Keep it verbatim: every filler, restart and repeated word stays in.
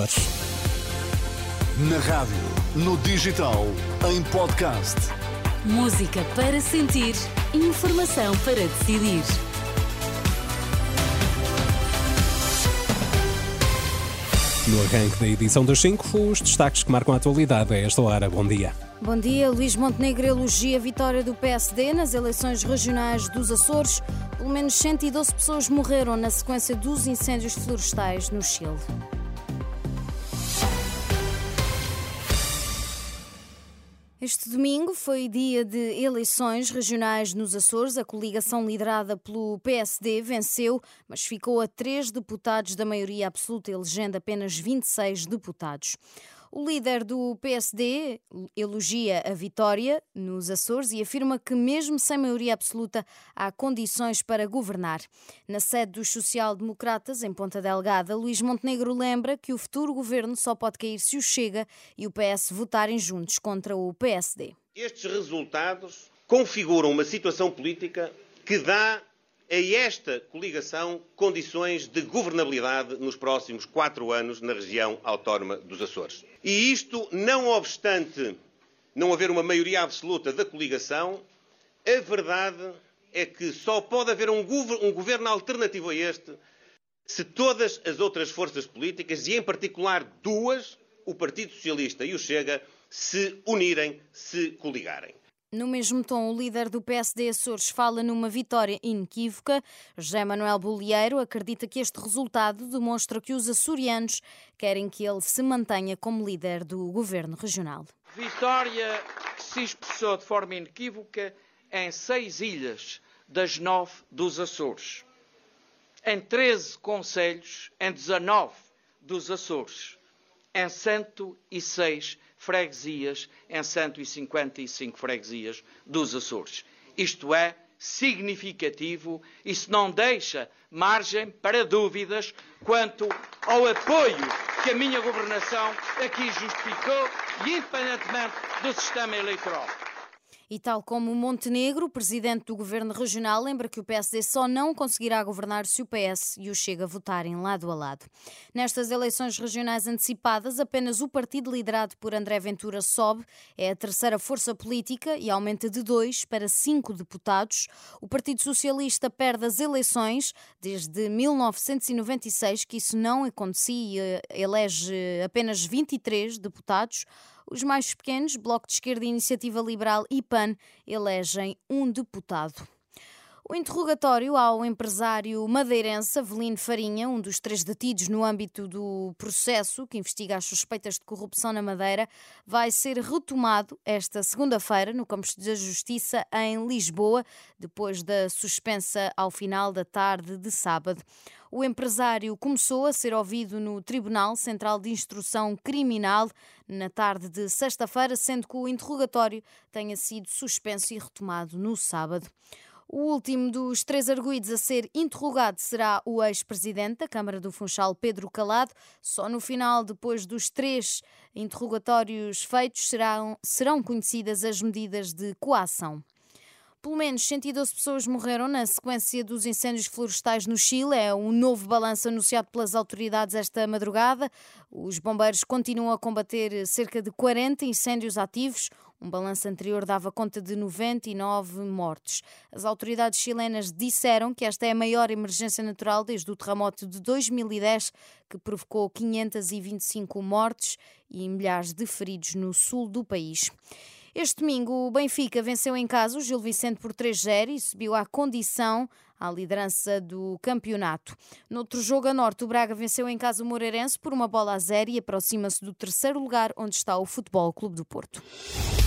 Açores. Na rádio, no digital, em podcast. Música para sentir, informação para decidir. No arranque da edição das cinco, os destaques que marcam a atualidade a esta hora. Bom dia. Bom dia. Luís Montenegro elogia a vitória do P S D nas eleições regionais dos Açores. Pelo menos cento e doze pessoas morreram na sequência dos incêndios florestais no Chile. Este domingo foi dia de eleições regionais nos Açores. A coligação liderada pelo P S D venceu, mas ficou a três deputados da maioria absoluta, elegendo apenas vinte e seis deputados. O líder do P S D elogia a vitória nos Açores e afirma que, mesmo sem maioria absoluta, há condições para governar. Na sede dos social-democratas, em Ponta Delgada, Luís Montenegro lembra que o futuro governo só pode cair se o Chega e o P S votarem juntos contra o P S D. Estes resultados configuram uma situação política que dá a esta coligação condições de governabilidade nos próximos quatro anos na região autónoma dos Açores. E isto, não obstante não haver uma maioria absoluta da coligação, a verdade é que só pode haver um governo, um governo alternativo a este se todas as outras forças políticas, e em particular duas, o Partido Socialista e o Chega, se unirem, se coligarem. No mesmo tom, o líder do P S D Açores fala numa vitória inequívoca. José Manuel Bolieiro acredita que este resultado demonstra que os açorianos querem que ele se mantenha como líder do governo regional. Vitória que se expressou de forma inequívoca em seis ilhas das nove dos Açores, em treze concelhos, em dezanove dos Açores, em cento e seis freguesias, em cento e cinquenta e cinco freguesias dos Açores. Isto é significativo. Isso não deixa margem para dúvidas quanto ao apoio que a minha governação aqui justificou, e independentemente do sistema eleitoral. E tal como Montenegro, o presidente do governo regional, lembra que o P S D só não conseguirá governar se o P S e o Chega votarem lado a lado. Nestas eleições regionais antecipadas, apenas o partido liderado por André Ventura sobe, é a terceira força política e aumenta de dois para cinco deputados. O Partido Socialista perde as eleições desde mil novecentos e noventa e seis, que isso não acontecia, e elege apenas vinte e três deputados. Os mais pequenos, Bloco de Esquerda, Iniciativa Liberal e P A N, elegem um deputado. O interrogatório ao empresário madeirense Avelino Farinha, um dos três detidos no âmbito do processo que investiga as suspeitas de corrupção na Madeira, vai ser retomado esta segunda-feira no Campos da Justiça em Lisboa, depois da suspensa ao final da tarde de sábado. O empresário começou a ser ouvido no Tribunal Central de Instrução Criminal na tarde de sexta-feira, sendo que o interrogatório tenha sido suspenso e retomado no sábado. O último dos três arguidos a ser interrogado será o ex-presidente da Câmara do Funchal, Pedro Calado. Só no final, depois dos três interrogatórios feitos, serão, serão conhecidas as medidas de coação. Pelo menos cento e doze pessoas morreram na sequência dos incêndios florestais no Chile. É um novo balanço anunciado pelas autoridades esta madrugada. Os bombeiros continuam a combater cerca de quarenta incêndios ativos. Um balanço anterior dava conta de noventa e nove mortes. As autoridades chilenas disseram que esta é a maior emergência natural desde o terremoto de dois mil e dez, que provocou quinhentas e vinte e cinco mortes e milhares de feridos no sul do país. Este domingo, o Benfica venceu em casa o Gil Vicente por três a zero e subiu à condição à liderança do campeonato. Noutro jogo a norte, o Braga venceu em casa o Moreirense por uma bola a zero e aproxima-se do terceiro lugar, onde está o Futebol Clube do Porto.